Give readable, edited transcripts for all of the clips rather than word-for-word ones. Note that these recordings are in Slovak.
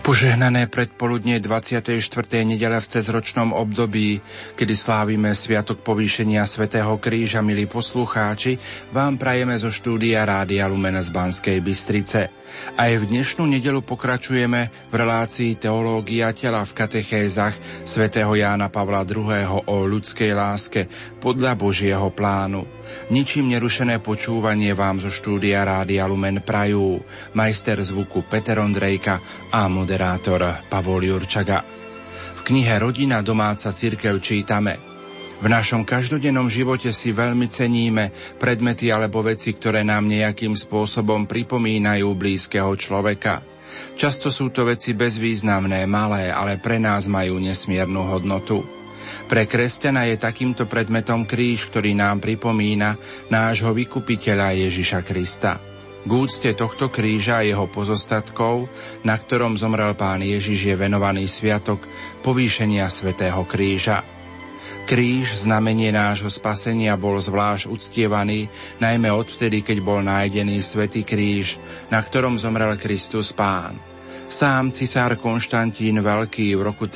Požehnané predpoludnie 24. nedele v cezročnom období, kedy slávime Sviatok povýšenia Svätého Kríža, milí poslucháči, vám prajeme zo štúdia Rádia Lumen z Banskej Bystrice. Aj v dnešnú nedeľu pokračujeme v relácii Teológia tela v katechézach svätého Jána Pavla II. O ľudskej láske podľa Božieho plánu. Ničím nerušené počúvanie vám zo štúdia Rádia Lumen prajú majster zvuku Peter Ondrejka a moderátor Pavol Jurčaga. V knihe Rodina, domáca cirkev čítame: v našom každodennom živote si veľmi ceníme predmety alebo veci, ktoré nám nejakým spôsobom pripomínajú blízkeho človeka. Často sú to veci bezvýznamné, malé, ale pre nás majú nesmiernu hodnotu. Pre kresťana je takýmto predmetom kríž, ktorý nám pripomína nášho vykupiteľa Ježiša Krista. K úcte tohto kríža a jeho pozostatkov, na ktorom zomrel Pán Ježiš, je venovaný sviatok povýšenia Svätého Kríža. Kríž, znamenie nášho spasenia, bol zvlášť uctievaný najmä odvtedy, keď bol nájdený Svätý Kríž, na ktorom zomrel Kristus Pán. Sám cisár Konštantín Veľký v roku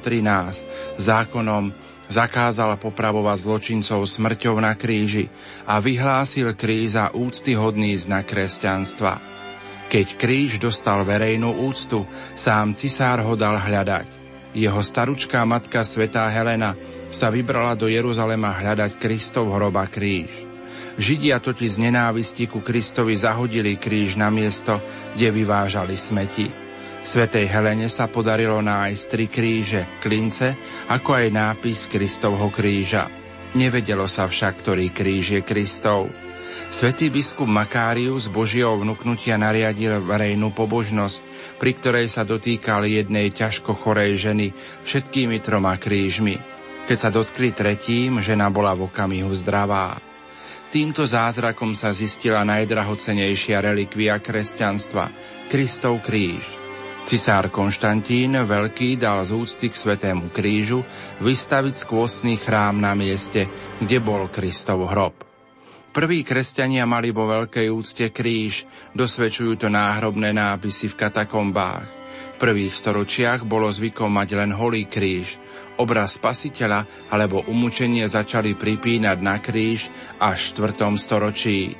313 zákonom zakázal popravovať zločincov smrťou na kríži a vyhlásil kríž za úctyhodný znak kresťanstva. Keď kríž dostal verejnú úctu, sám cisár ho dal hľadať. Jeho staručká matka svätá Helena sa vybrala do Jeruzalema hľadať Kristov hrob a kríž. Židia totiž z nenávisti ku Kristovi zahodili kríž na miesto, kde vyvážali smeti. Svätej Helene sa podarilo nájsť 3 kríže, klince, ako aj nápis Kristovho kríža. Nevedelo sa však, ktorý kríž je Kristov. Svätý biskup Makárius z Božieho vnuknutia nariadil verejnú pobožnosť, pri ktorej sa dotýkal jednej ťažko chorej ženy všetkými 3 krížmi. Keď sa dotkli 3., žena bola v okamihu zdravá. Týmto zázrakom sa zistila najdrahocenejšia relikvia kresťanstva, Kristov kríž. Cisár Konštantín Veľký dal z úcty k Svätému krížu vystaviť skvostný chrám na mieste, kde bol Kristov hrob. Prví kresťania mali vo veľkej úcte kríž, dosvedčujú to náhrobné nápisy v katakombách. V prvých storočiach bolo zvykom mať len holý kríž. Obraz Spasiteľa alebo umúčenie začali pripínať na kríž až v 4. storočí.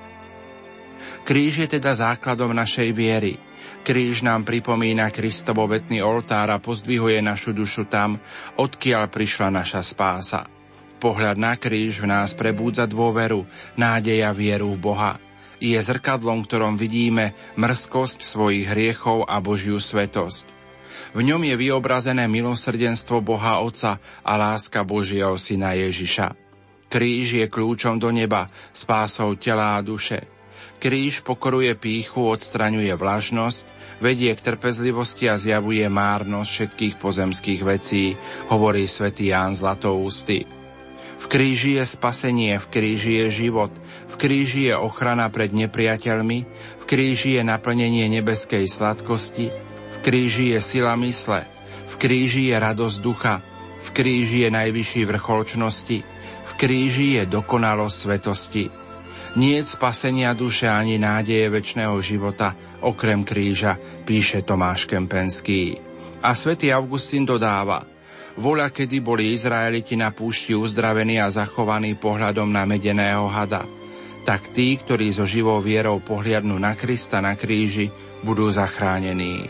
Kríž je teda základom našej viery. Kríž nám pripomína Kristovo vetný oltár a pozdvihuje našu dušu tam, odkiaľ prišla naša spása. Pohľad na kríž v nás prebúdza dôveru, nádej a vieru v Boha. Je zrkadlom, ktorom vidíme mrzkosť svojich hriechov a Božiu svätosť. V ňom je vyobrazené milosrdenstvo Boha Otca a láska Božieho Syna Ježiša. Kríž je kľúčom do neba, spásou tela a duše. Kríž pokoruje pýchu, odstraňuje vlažnosť, vedie k trpezlivosti a zjavuje márnosť všetkých pozemských vecí, hovorí svätý Ján Zlatoústy. V kríži je spasenie, v kríži je život, v kríži je ochrana pred nepriateľmi, v kríži je naplnenie nebeskej sladkosti, v kríži je sila mysle, v kríži je radosť ducha, v kríži je najvyšší vrchol čnosti, v kríži je dokonalosť svetosti. Niet spasenia duše ani nádeje večného života okrem kríža, píše Tomáš Kempenský. A svätý Augustín dodáva: voľa, kedy boli Izraeliti na púšti uzdravení a zachovaní pohľadom na medeného hada, tak tí, ktorí so živou vierou pohliadnú na Krista na kríži, budú zachránení.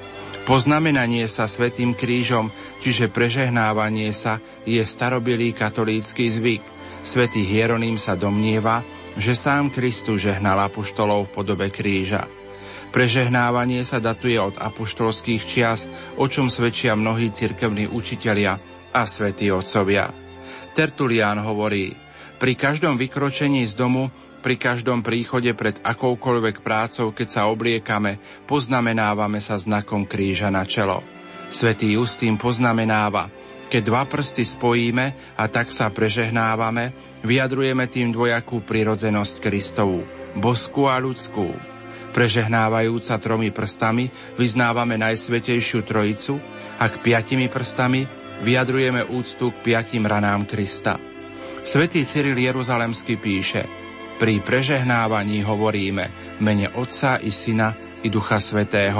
Poznamenanie sa svätým krížom, čiže prežehnávanie sa, je starobilý katolícky zvyk. Svätý Hieronym sa domnieva, že sám Kristus žehnal apoštolov v podobe kríža. Prežehnávanie sa datuje od apoštolských čias, o čom svedčia mnohí cirkevní učitelia a svätí otcovia. Tertulián hovorí: pri každom vykročení z domu, pri každom príchode pred akoukoľvek prácou, keď sa obliekame, poznamenávame sa znakom kríža na čelo. Svätý Justín poznamenáva: keď 2 prsty spojíme a tak sa prežehnávame, vyjadrujeme tým dvojakú prirodzenosť Kristovu, boskú a ľudskú. Prežehnávajúca 3 prstami vyznávame Najsvätejšiu Trojicu a k 5 prstami vyjadrujeme úctu k 5 ranám Krista. Svätý Cyril Jeruzalemský píše: pri prežehnávaní hovoríme v mene Otca i Syna i Ducha Svätého.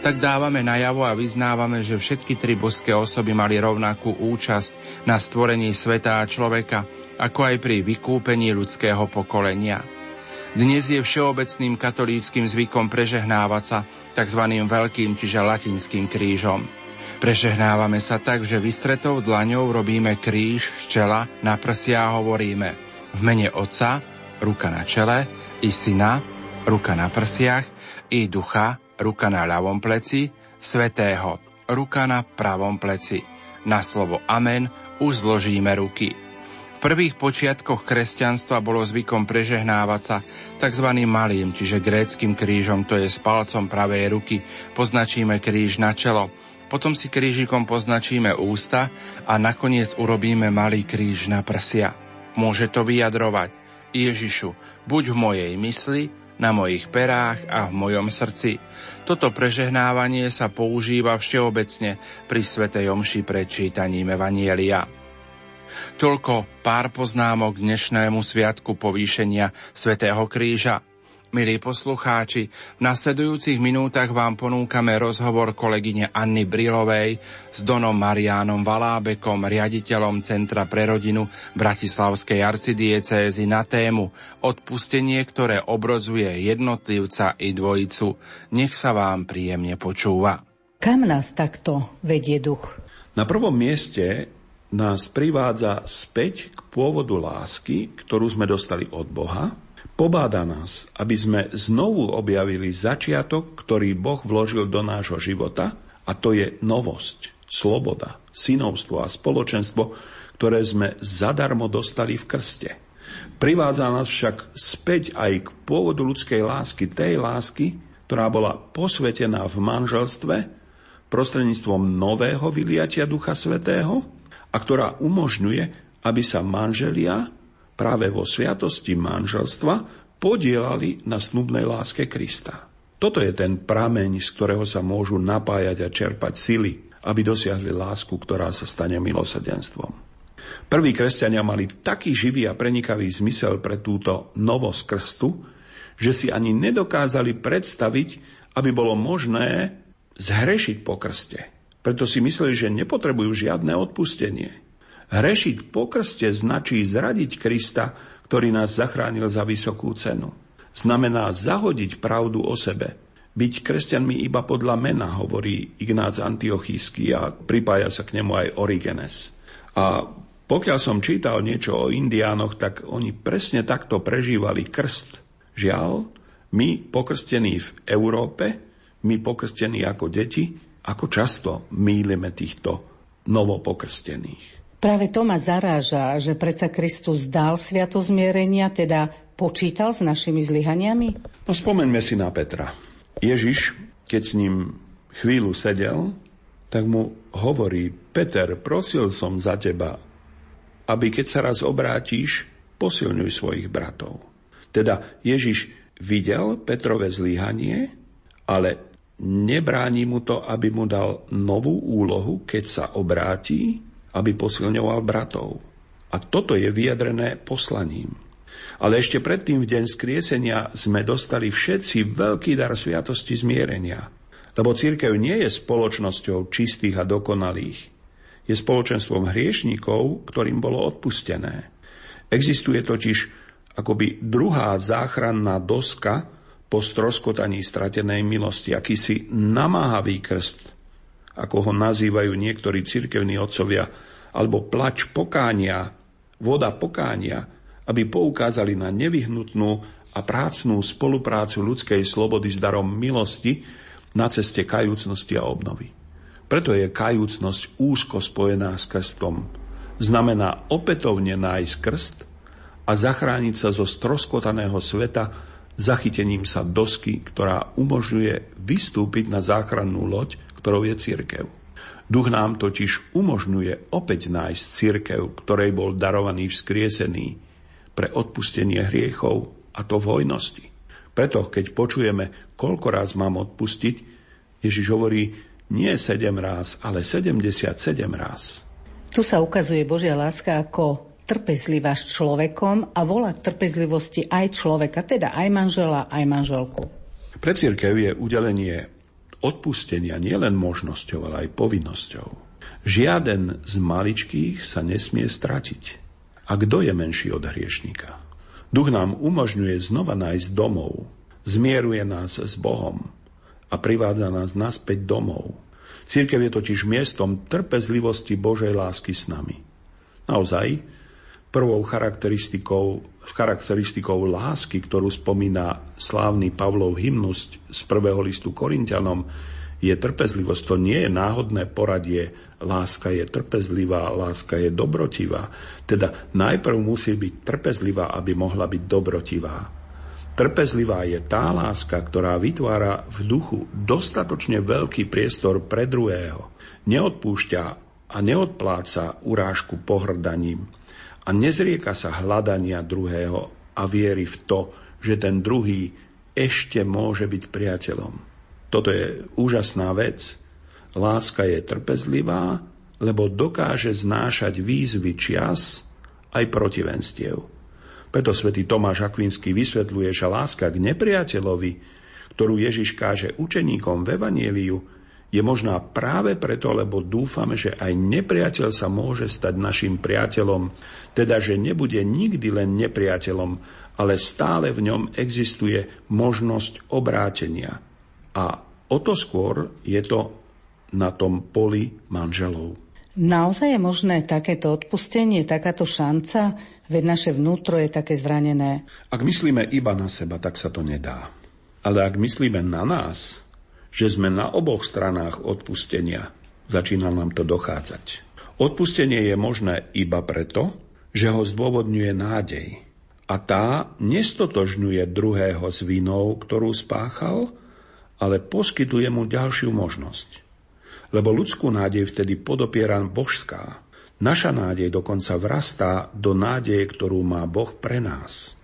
Tak dávame najavo a vyznávame, že všetky tri božské osoby mali rovnakú účasť na stvorení sveta a človeka, ako aj pri vykúpení ľudského pokolenia. Dnes je všeobecným katolíckym zvykom prežehnávať sa tzv. Veľkým, čiže latinským krížom. Prežehnávame sa tak, že vystretou dlaňou robíme kríž z čela na prsia a hovoríme v mene Otca, ruka na čele, i Syna, ruka na prsiach, i Ducha, ruka na ľavom pleci, Svätého, ruka na pravom pleci. Na slovo Amen už zložíme ruky. V prvých počiatkoch kresťanstva bolo zvykom prežehnávať sa tzv. Malým, čiže gréckym krížom, to je s palcom pravej ruky, poznačíme kríž na čelo. Potom si krížikom poznačíme ústa a nakoniec urobíme malý kríž na prsia. Môže to vyjadrovať: Ježišu, buď v mojej mysli, na mojich perách a v mojom srdci. Toto prežehnávanie sa používa všeobecne pri svätej omši pred čítaním Evanjelia. Toľko pár poznámok k dnešnému sviatku povýšenia svätého kríža. Milí poslucháči, v nasledujúcich minútach vám ponúkame rozhovor kolegyne Anny Brilovej s Donom Mariánom Valábekom, riaditeľom Centra pre rodinu Bratislavskej arcidiecézy na tému Odpustenie, ktoré obrodzuje jednotlivca i dvojicu. Nech sa vám príjemne počúva. Kam nás takto vedie duch? Na prvom mieste nás privádza späť k pôvodu lásky, ktorú sme dostali od Boha. Pobáda nás, aby sme znovu objavili začiatok, ktorý Boh vložil do nášho života, a to je novosť, sloboda, synovstvo a spoločenstvo, ktoré sme zadarmo dostali v krste. Privádza nás však späť aj k pôvodu ľudskej lásky, tej lásky, ktorá bola posvetená v manželstve prostredníctvom nového vyliatia Ducha Svätého a ktorá umožňuje, aby sa manželia práve vo sviatosti manželstva podielali na snubnej láske Krista. Toto je ten prameň, z ktorého sa môžu napájať a čerpať sily, aby dosiahli lásku, ktorá sa stane milosrdenstvom. Prví kresťania mali taký živý a prenikavý zmysel pre túto novosť krstu, že si ani nedokázali predstaviť, aby bolo možné zhrešiť po krste. Preto si mysleli, že nepotrebujú žiadne odpustenie. Hrešiť po krste značí zradiť Krista, ktorý nás zachránil za vysokú cenu. Znamená zahodiť pravdu o sebe. Byť kresťanmi iba podľa mena, hovorí Ignác Antiochísky a pripája sa k nemu aj Origenes. A pokiaľ som čítal niečo o Indiánoch, tak oni presne takto prežívali krst. Žiaľ, my pokrstení v Európe, my pokrstení ako deti, ako často mýlime týchto novopokrstených. Práve to ma zaráža, že predsa Kristus dal sviatosť zmierenia, teda počítal s našimi zlyhaniami? No spomeňme si na Petra. Ježiš, keď s ním chvíľu sedel, tak mu hovorí: Peter, prosil som za teba, aby keď sa raz obrátiš, posilňuj svojich bratov. Teda Ježiš videl Petrové zlyhanie, ale nebráni mu to, aby mu dal novú úlohu, keď sa obráti, aby posilňoval bratov. A toto je vyjadrené poslaním. Ale ešte predtým, v deň skriesenia, sme dostali všetci veľký dar sviatosti zmierenia. Lebo cirkev nie je spoločnosťou čistých a dokonalých. Je spoločenstvom hriešnikov, ktorým bolo odpustené. Existuje totiž akoby druhá záchranná doska po stroskotaní stratenej milosti, akýsi namáhavý krst, ako ho nazývajú niektorí cirkevní otcovia, alebo plač pokánia, voda pokánia, aby poukázali na nevyhnutnú a prácnú spoluprácu ľudskej slobody s darom milosti na ceste kajúcnosti a obnovy. Preto je kajúcnosť úzko spojená s krstom. Znamená opätovne nájsť krst a zachrániť sa zo stroskotaného sveta zachytením sa dosky, ktorá umožňuje vystúpiť na záchrannú loď, ktorou je cirkev. Duch nám totiž umožňuje opäť nájsť cirkev, ktorej bol darovaný vzkriesený pre odpustenie hriechov, a to v hojnosti. Preto, keď počujeme, koľko raz mám odpustiť, Ježiš hovorí nie 7 ráz, ale 77 ráz. Tu sa ukazuje Božia láska ako trpezlivá s človekom a volá k trpezlivosti aj človeka, teda aj manžela, aj manželku. Pre cirkev je udelenie odpustenia nielen možnosťou, ale aj povinnosťou. Žiaden z maličkých sa nesmie stratiť. A kto je menší od hriešnika? Duch nám umožňuje znova nájsť domov, zmieruje nás s Bohom a privádza nás naspäť domov. Cirkev je totiž miestom trpezlivosti Božej lásky s nami. Naozaj, prvou charakteristikou lásky, ktorú spomína slávny Pavlov hymnus z 1. listu Korinťanom, je trpezlivosť. To nie je náhodné poradie. Láska je trpezlivá, láska je dobrotivá. Teda najprv musí byť trpezlivá, aby mohla byť dobrotivá. Trpezlivá je tá láska, ktorá vytvára v duchu dostatočne veľký priestor pre druhého. Neodpúšťa a neodpláca urážku pohrdaním a nezrieka sa hľadania druhého a viery v to, že ten druhý ešte môže byť priateľom. Toto je úžasná vec. Láska je trpezlivá, lebo dokáže znášať výzvy čias aj protivenstiev. Preto svätý Tomáš Akvinský vysvetľuje, že láska k nepriateľovi, ktorú Ježiš káže učeníkom v Evanjeliu, je možná práve preto, lebo dúfame, že aj nepriateľ sa môže stať našim priateľom, teda že nebude nikdy len nepriateľom, ale stále v ňom existuje možnosť obrátenia. A o to skôr je to na tom poli manželov. Naozaj je možné takéto odpustenie, takáto šanca? Veď naše vnútro je také zranené. Ak myslíme iba na seba, tak sa to nedá. Ale ak myslíme na nás, že sme na oboch stranách odpustenia, začína nám to dochádzať. Odpustenie je možné iba preto, že ho zdôvodňuje nádej. A tá nestotožňuje druhého s vinou, ktorú spáchal, ale poskytuje mu ďalšiu možnosť. Lebo ľudskú nádej vtedy podopiera božská. Naša nádej dokonca vrastá do nádeje, ktorú má Boh pre nás.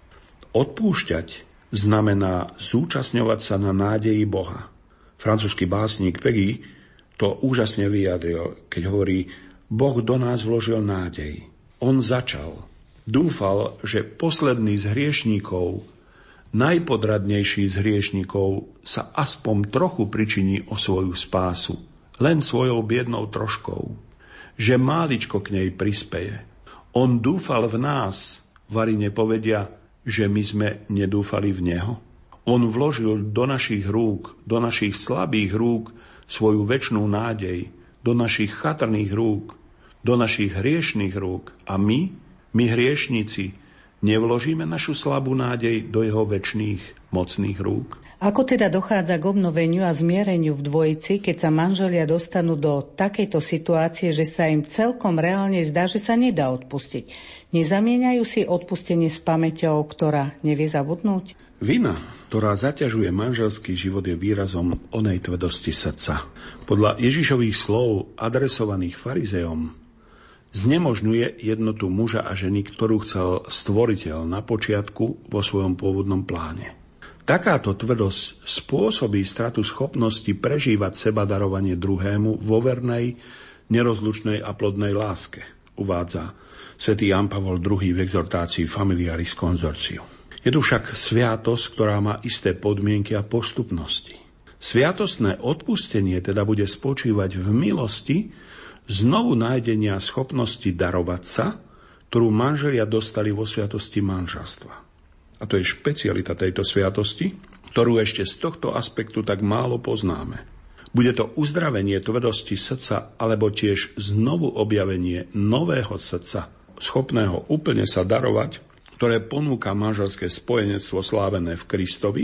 Odpúšťať znamená zúčastňovať sa na nádeji Boha. Francúzsky básnik Péguy to úžasne vyjadril, keď hovorí: Boh do nás vložil nádej. On začal. Dúfal, že posledný z hriešníkov, najpodradnejší z hriešníkov, sa aspoň trochu pričiní o svoju spásu. Len svojou biednou troškou. Že máličko k nej prispeje. On dúfal v nás, vari nepovedia, že my sme nedúfali v Neho. On vložil do našich rúk, do našich slabých rúk svoju večnú nádej, do našich chatrných rúk, do našich hriešných rúk. A my hriešnici, nevložíme našu slabú nádej do jeho večných, mocných rúk? Ako teda dochádza k obnoveniu a zmiereniu v dvojici, keď sa manželia dostanú do takejto situácie, že sa im celkom reálne zdá, že sa nedá odpustiť? Nezamieňajú si odpustenie s pamäťou, ktorá nevie zabudnúť? Vina, ktorá zaťažuje manželský život, je výrazom onej tvrdosti srdca. Podľa Ježišových slov adresovaných farizejom znemožňuje jednotu muža a ženy, ktorú chcel Stvoriteľ na počiatku vo svojom pôvodnom pláne. Takáto tvrdosť spôsobí stratu schopnosti prežívať sebadarovanie druhému vo vernej, nerozlučnej a plodnej láske, uvádza svätý Ján Pavol II v exhortácii Familiaris Consortio. Je tu však sviatosť, ktorá má isté podmienky a postupnosti. Sviatostné odpustenie teda bude spočívať v milosti znovu nájdenia schopnosti darovať sa, ktorú manželia dostali vo sviatosti manželstva. A to je špecialita tejto sviatosti, ktorú ešte z tohto aspektu tak málo poznáme. Bude to uzdravenie tvrdosti srdca, alebo tiež znovu objavenie nového srdca, schopného úplne sa darovať, ktoré ponúka manželské spojenectvo slávené v Kristovi,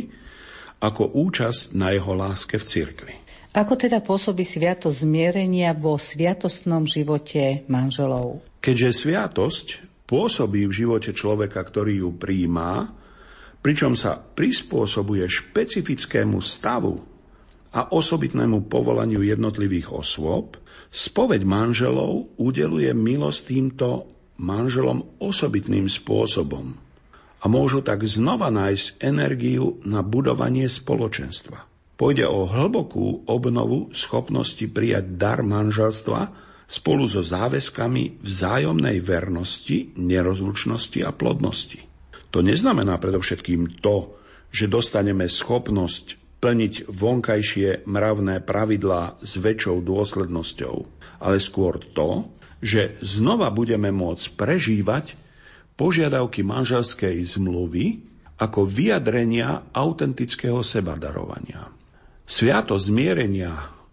ako účasť na jeho láske v cirkvi. Ako teda pôsobí sviatosť zmierenia vo sviatostnom živote manželov? Keďže sviatosť pôsobí v živote človeka, ktorý ju prijíma, pričom sa prispôsobuje špecifickému stavu a osobitnému povolaniu jednotlivých osôb, spoveď manželov udeluje milosť týmto manželom osobitným spôsobom a môžu tak znova nájsť energiu na budovanie spoločenstva. Pôjde o hlbokú obnovu schopnosti prijať dar manželstva spolu so záväzkami vzájomnej vernosti, nerozlučnosti a plodnosti. To neznamená predovšetkým to, že dostaneme schopnosť plniť vonkajšie mravné pravidlá s väčšou dôslednosťou, ale skôr to, že znova budeme môcť prežívať požiadavky manželskej zmluvy ako vyjadrenia autentického sebadarovania. Sviatosť zmierenia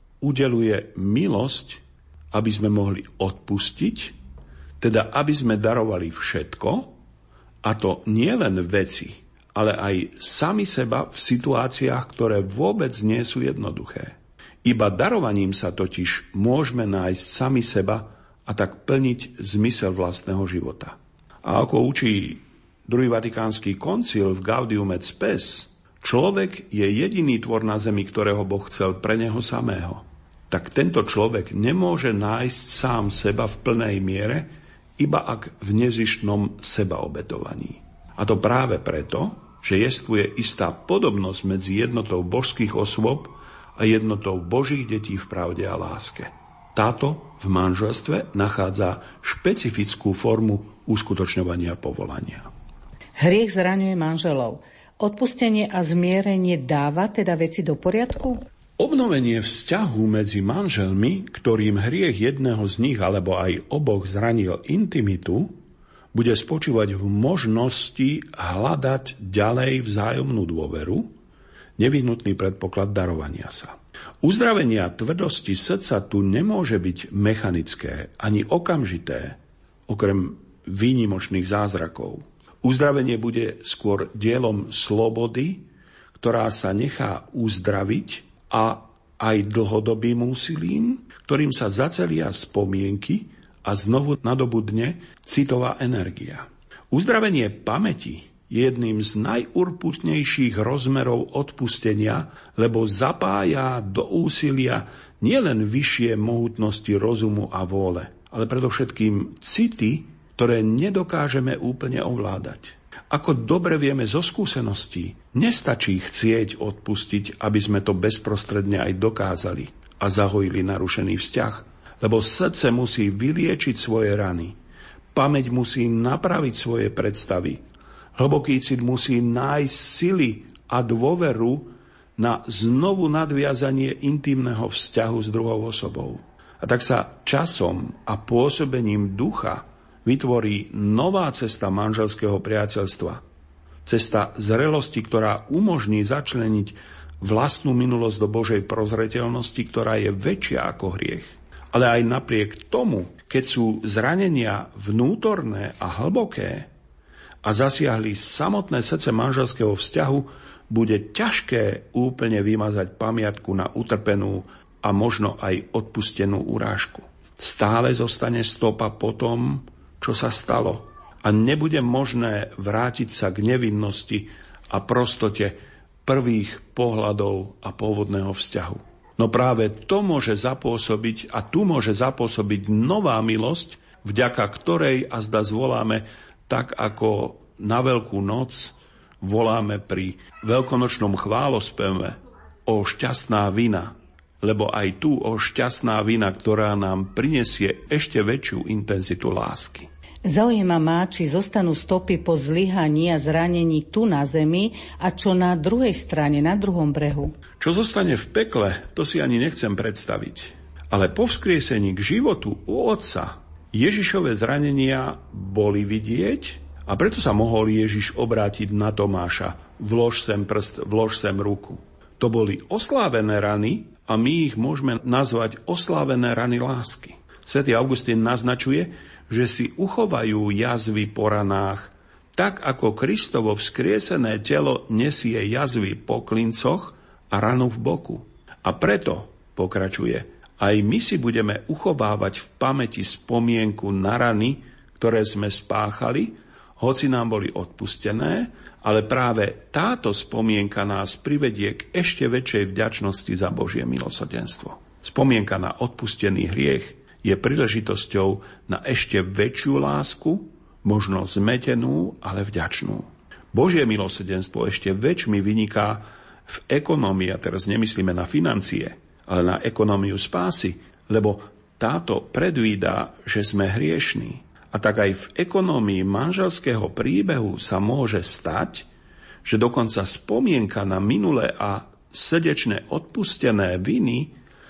udeľuje milosť, aby sme mohli odpustiť, teda aby sme darovali všetko, a to nie len veci, ale aj sami seba v situáciách, ktoré vôbec nie sú jednoduché. Iba darovaním sa totiž môžeme nájsť sami seba a tak plniť zmysel vlastného života. A ako učí druhý Vatikánsky koncil v Gaudium et Spes, človek je jediný tvor na zemi, ktorého Boh chcel pre neho samého. Tak tento človek nemôže nájsť sám seba v plnej miere, iba ak v nezištnom sebaobetovaní. A to práve preto, že jestvuje istá podobnosť medzi jednotou božských osôb a jednotou Božích detí v pravde a láske. Táto v manželstve nachádza špecifickú formu uskutočňovania povolania. Hriech zraňuje manželov. Odpustenie a zmierenie dáva teda veci do poriadku? Obnovenie vzťahu medzi manželmi, ktorým hriech jedného z nich alebo aj oboch zranil intimitu, bude spočívať v možnosti hľadať ďalej vzájomnú dôveru, nevyhnutný predpoklad darovania sa. Uzdravenia tvrdosti srdca tu nemôže byť mechanické ani okamžité, okrem výnimočných zázrakov. Uzdravenie bude skôr dielom slobody, ktorá sa nechá uzdraviť, a aj dlhodobým úsilím, ktorým sa zacelia spomienky a znovu nadobudne citová energia. Uzdravenie pamäti je jedným z najurputnejších rozmerov odpustenia, lebo zapája do úsilia nielen vyššie mohutnosti rozumu a vôle, ale predovšetkým city, ktoré nedokážeme úplne ovládať. Ako dobre vieme zo skúseností, nestačí chcieť odpustiť, aby sme to bezprostredne aj dokázali a zahojili narušený vzťah, lebo srdce musí vyliečiť svoje rany, pamäť musí napraviť svoje predstavy, hlboký cit musí nájsť sily a dôveru na znovu nadviazanie intimného vzťahu s druhou osobou. A tak sa časom a pôsobením ducha vytvorí nová cesta manželského priateľstva. Cesta zrelosti, ktorá umožní začleniť vlastnú minulosť do Božej prozreteľnosti, ktorá je väčšia ako hriech. Ale aj napriek tomu, keď sú zranenia vnútorné a hlboké a zasiahli samotné srdce manželského vzťahu, bude ťažké úplne vymazať pamiatku na utrpenú a možno aj odpustenú urážku. Stále zostane stopa po tom, čo sa stalo, a nebude možné vrátiť sa k nevinnosti a prostote prvých pohľadov a pôvodného vzťahu. No práve to môže zapôsobiť a tu môže zapôsobiť nová milosť, vďaka ktorej azda zvoláme tak, ako na Veľkú noc voláme pri veľkonočnom chválospeve o šťastná vina, lebo aj tu o šťastná vina, ktorá nám prinesie ešte väčšiu intenzitu lásky. Zaujíma ma, či zostanú stopy po zlyhaní a zranení tu na zemi a čo na druhej strane, na druhom brehu. Čo zostane v pekle, to si ani nechcem predstaviť. Ale po vzkriesení k životu u Otca Ježišove zranenia boli vidieť a preto sa mohol Ježiš obrátiť na Tomáša. Vlož sem prst, vlož sem ruku. To boli oslávené rany a my ich môžeme nazvať oslávené rany lásky. Svätý Augustín naznačuje, že si uchovajú jazvy po ranách, tak ako Kristovo vzkriesené telo nesie jazvy po klincoch a ranu v boku. A preto, pokračuje, aj my si budeme uchovávať v pamäti spomienku na rany, ktoré sme spáchali, hoci nám boli odpustené, ale práve táto spomienka nás privedie k ešte väčšej vďačnosti za Božie milosrdenstvo. Spomienka na odpustený hriech je príležitosťou na ešte väčšiu lásku, možno zmetenú, ale vďačnú. Božie milosrdenstvo ešte väčšmi vyniká v ekonomii, a teraz nemyslíme na financie, ale na ekonómiu spásy, lebo táto predvídá, že sme hriešní. A tak aj v ekonómii manželského príbehu sa môže stať, že dokonca spomienka na minulé a srdečne odpustené viny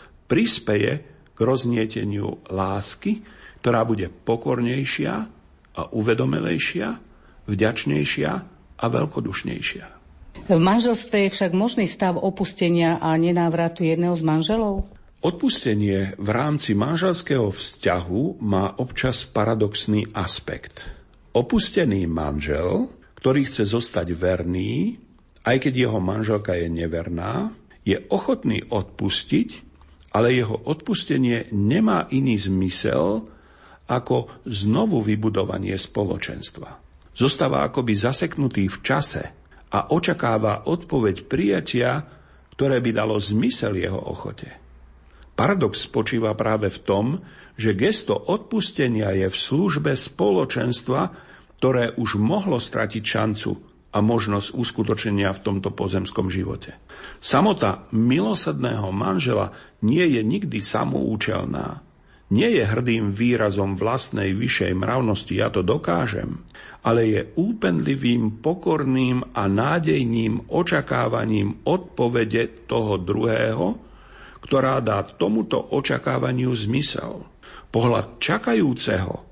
prispeje k roznieteniu lásky, ktorá bude pokornejšia a uvedomelejšia, vďačnejšia a veľkodušnejšia. V manželstve je však možný stav opustenia a nenávratu jedného z manželov? Odpustenie v rámci manželského vzťahu má občas paradoxný aspekt. Opustený manžel, ktorý chce zostať verný, aj keď jeho manželka je neverná, je ochotný odpustiť, ale jeho odpustenie nemá iný zmysel ako znovu vybudovanie spoločenstva. Zostáva akoby zaseknutý v čase a očakáva odpoveď prijatia, ktoré by dalo zmysel jeho ochote. Paradox spočíva práve v tom, že gesto odpustenia je v službe spoločenstva, ktoré už mohlo stratiť šancu a možnosť uskutočnenia v tomto pozemskom živote. Samota milosrdného manžela nie je nikdy samoučelná. Nie je hrdým výrazom vlastnej vyššej mravnosti, ja to dokážem, ale je úpenlivým, pokorným a nádejným očakávaním odpovede toho druhého, ktorá dá tomuto očakávaniu zmysel. Pohľad čakajúceho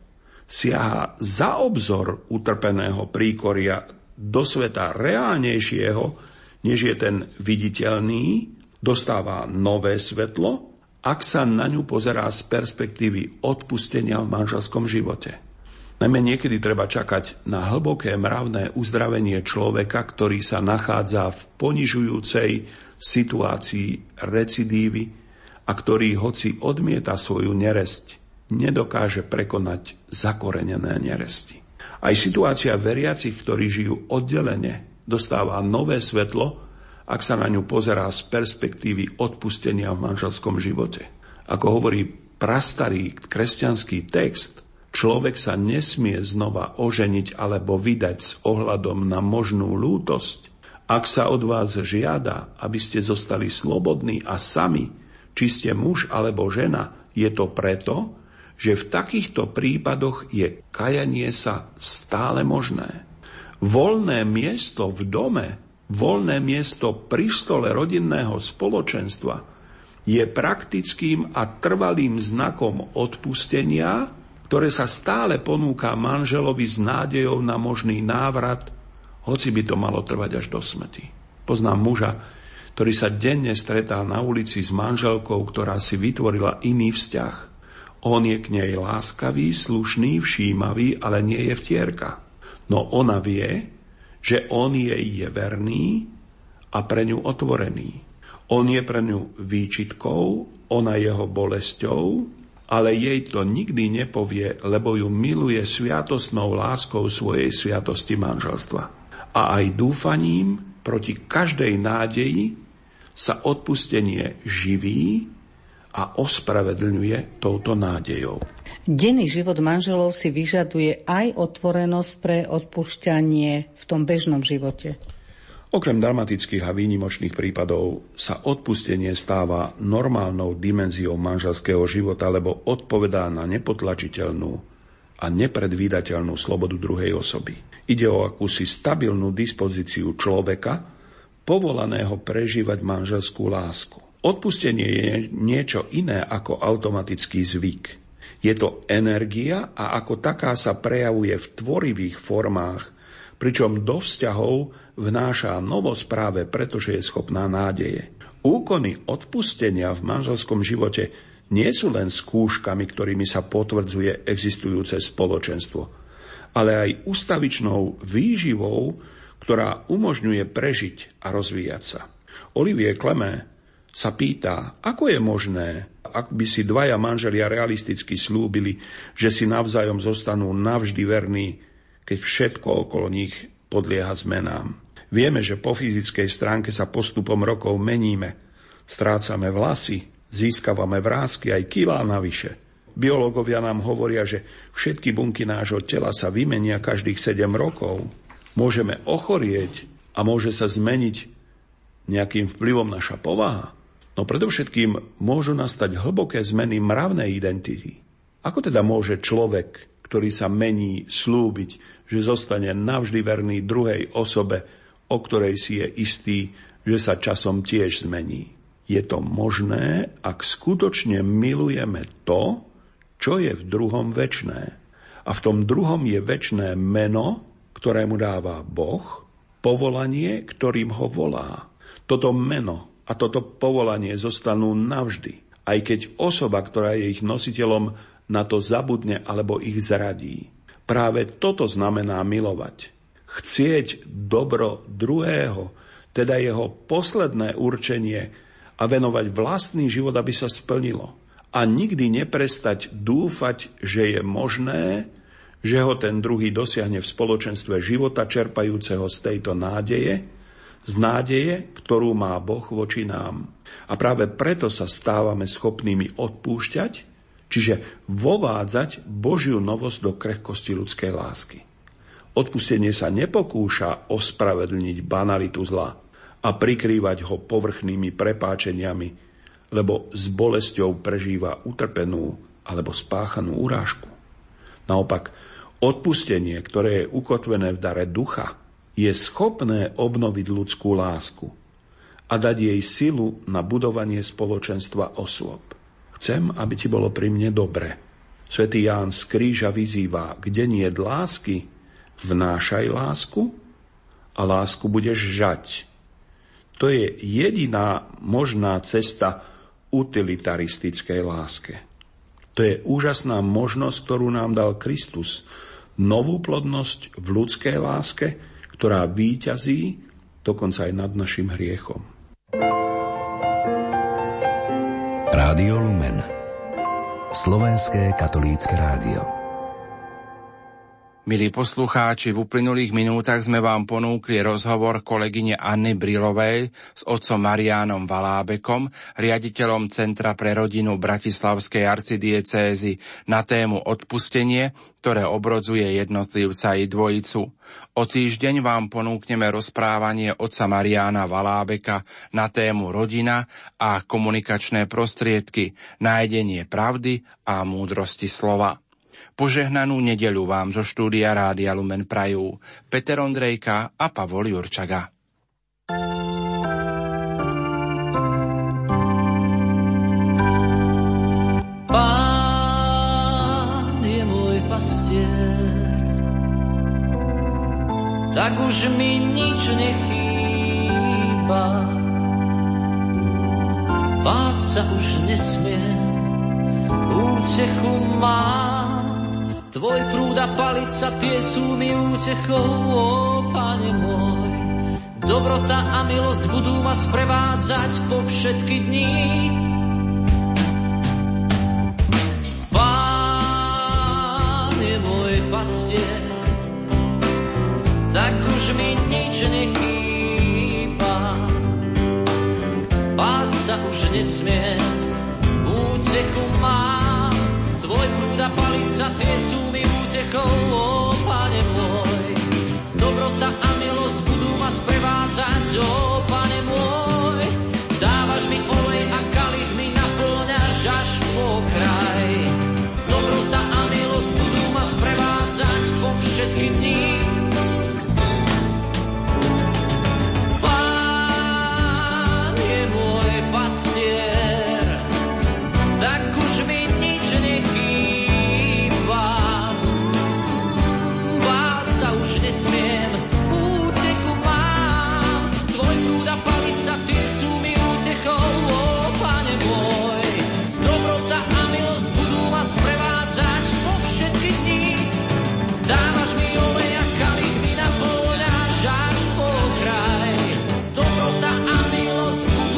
siaha za obzor utrpeného príkoria do sveta reálnejšieho, než je ten viditeľný, dostáva nové svetlo, ak sa na ňu pozerá z perspektívy odpustenia v manželskom živote. Najmä niekedy treba čakať na hlboké mravné uzdravenie človeka, ktorý sa nachádza v ponižujúcej situácii recidívy a ktorý, hoci odmieta svoju neresť, nedokáže prekonať zakorenené neresti. Aj situácia veriacich, ktorí žijú oddelene, dostáva nové svetlo, ak sa na ňu pozerá z perspektívy odpustenia v manželskom živote. Ako hovorí prastarý kresťanský text, človek sa nesmie znova oženiť alebo vydať s ohľadom na možnú lútosť. Ak sa od vás žiada, aby ste zostali slobodní a sami, či ste muž alebo žena, je to preto, že v takýchto prípadoch je kajanie sa stále možné. Voľné miesto v dome, voľné miesto pri stole rodinného spoločenstva je praktickým a trvalým znakom odpustenia, ktoré sa stále ponúka manželovi s nádejou na možný návrat, hoci by to malo trvať až do smrti. Poznám muža, ktorý sa denne stretá na ulici s manželkou, ktorá si vytvorila iný vzťah. On je k nej láskavý, slušný, všímavý, ale nie je vtierka. No ona vie, že on jej je verný a pre ňu otvorený. On je pre ňu výčitkou, ona jeho bolesťou, ale jej to nikdy nepovie, lebo ju miluje sviatostnou láskou svojej sviatosti manželstva. A aj dúfaním proti každej nádeji sa odpustenie živí a ospravedlňuje touto nádejou. Denný život manželov si vyžaduje aj otvorenosť pre odpúšťanie v tom bežnom živote. Okrem dramatických a výnimočných prípadov sa odpustenie stáva normálnou dimenziou manželského života, lebo odpovedá na nepotlačiteľnú a nepredvídateľnú slobodu druhej osoby. Ide o akúsi stabilnú dispozíciu človeka, povolaného prežívať manželskú lásku. Odpustenie je niečo iné ako automatický zvyk. Je to energia a ako taká sa prejavuje v tvorivých formách, pričom do vzťahov vnáša novosť práve preto, že je schopná nádeje. Úkony odpustenia v manželskom živote nie sú len skúškami, ktorými sa potvrdzuje existujúce spoločenstvo, ale aj ustavičnou výživou, ktorá umožňuje prežiť a rozvíjať sa. Olivier Clément sa pýta, ako je možné, ak by si dvaja manželia realisticky slúbili, že si navzájom zostanú navždy verní, keď všetko okolo nich podlieha zmenám. Vieme, že po fyzickej stránke sa postupom rokov meníme. Strácame vlasy, získavame vrásky aj kilá navyše. Biológovia nám hovoria, že všetky bunky nášho tela sa vymenia každých 7 rokov. Môžeme ochorieť a môže sa zmeniť nejakým vplyvom naša povaha. No predovšetkým môžu nastať hlboké zmeny mravnej identity. Ako teda môže človek, ktorý sa mení, slúbiť, že zostane navždy verný druhej osobe, o ktorej si je istý, že sa časom tiež zmení. Je to možné, ak skutočne milujeme to, čo je v druhom večné. A v tom druhom je večné meno, ktoré mu dáva Boh, povolanie, ktorým ho volá. Toto meno a toto povolanie zostanú navždy, aj keď osoba, ktorá je ich nositeľom, na to zabudne alebo ich zradí. Práve toto znamená milovať. Chcieť dobro druhého, teda jeho posledné určenie, a venovať vlastný život, aby sa splnilo. A nikdy neprestať dúfať, že je možné, že ho ten druhý dosiahne v spoločenstve života, čerpajúceho z tejto nádeje, z nádeje, ktorú má Boh voči nám. A práve preto sa stávame schopnými odpúšťať, čiže vovádzať Božiu novosť do krehkosti ľudskej lásky. Odpustenie sa nepokúša ospravedlniť banalitu zla a prikrývať ho povrchnými prepáčeniami, lebo s bolesťou prežíva utrpenú alebo spáchanú urážku. Naopak, odpustenie, ktoré je ukotvené v dare ducha, je schopné obnoviť ľudskú lásku a dať jej silu na budovanie spoločenstva osôb. Chcem, aby ti bolo pri mne dobre. Svätý Ján z Kríža vyzýva, kde nie je lásky, vnášaj lásku a lásku budeš žať. To je jediná možná cesta utilitaristickej láske. To je úžasná možnosť, ktorú nám dal Kristus. Novú plodnosť v ľudskej láske, ktorá víťazí dokonca aj nad našim hriechom. Rádio Lumen. Slovenské katolícke rádio. Milí poslucháči, v uplynulých minútach sme vám ponúkli rozhovor kolegyne Anny Brilovej s otcom Mariánom Valábekom, riaditeľom Centra pre rodinu Bratislavskej arcidiecézy na tému odpustenie, ktoré obrodzuje jednotlivca i dvojicu. O týždeň vám ponúkneme rozprávanie otca Mariána Valábeka na tému rodina a komunikačné prostriedky, nájdenie pravdy a múdrosti slova. Požehnanú nedeľu vám zo štúdia Rádia Lumen prajú Peter Ondrejka a Pavol Jurčaga. Pán je môj pastier, tak už mi nič nechýba. Báť sa už nesmiem, útechu mám. Tvoj prúd a palica, tie sú mi útechou, ó Pane môj. Dobrota a milosť budú ma sprevádzať po všetky dni. Pán je môj pastier, tak už mi nič nechýba. Báť sa už nesmiem, útechu mám. Tvoj prúd a palica, tie sú mi útechou, ó Pane môj.